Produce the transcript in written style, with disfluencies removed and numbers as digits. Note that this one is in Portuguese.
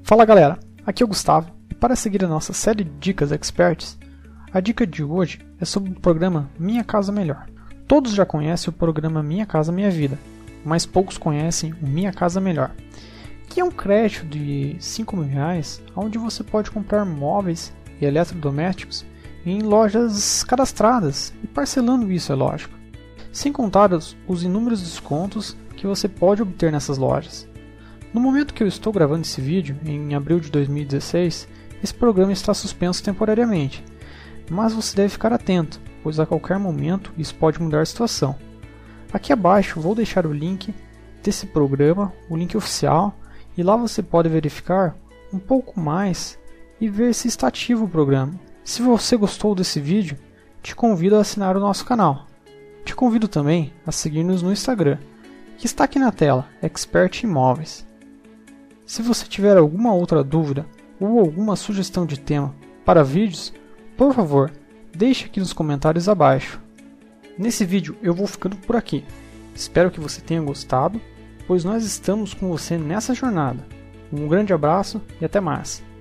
Fala galera, aqui é o Gustavo e para seguir a nossa série de Dicas Experts, a dica de hoje é sobre o programa Minha Casa Melhor. Todos já conhecem o programa Minha Casa Minha Vida, mas poucos conhecem o Minha Casa Melhor, que é um crédito de R$5.000 onde você pode comprar móveis e eletrodomésticos em lojas cadastradas e parcelando isso, é lógico, sem contar os inúmeros descontos que você pode obter nessas lojas. No momento que eu estou gravando esse vídeo, em abril de 2016, esse programa está suspenso temporariamente, mas você deve ficar atento, pois a qualquer momento isso pode mudar a situação. Aqui abaixo vou deixar o link desse programa, o link oficial, e lá você pode verificar um pouco mais e ver se está ativo o programa. Se você gostou desse vídeo, te convido a assinar o nosso canal. Te convido também a seguir-nos no Instagram, que está aqui na tela, Expert Imóveis. Se você tiver alguma outra dúvida ou alguma sugestão de tema para vídeos, por favor, deixe aqui nos comentários abaixo. Nesse vídeo eu vou ficando por aqui. Espero que você tenha gostado, pois nós estamos com você nessa jornada. Um grande abraço e até mais!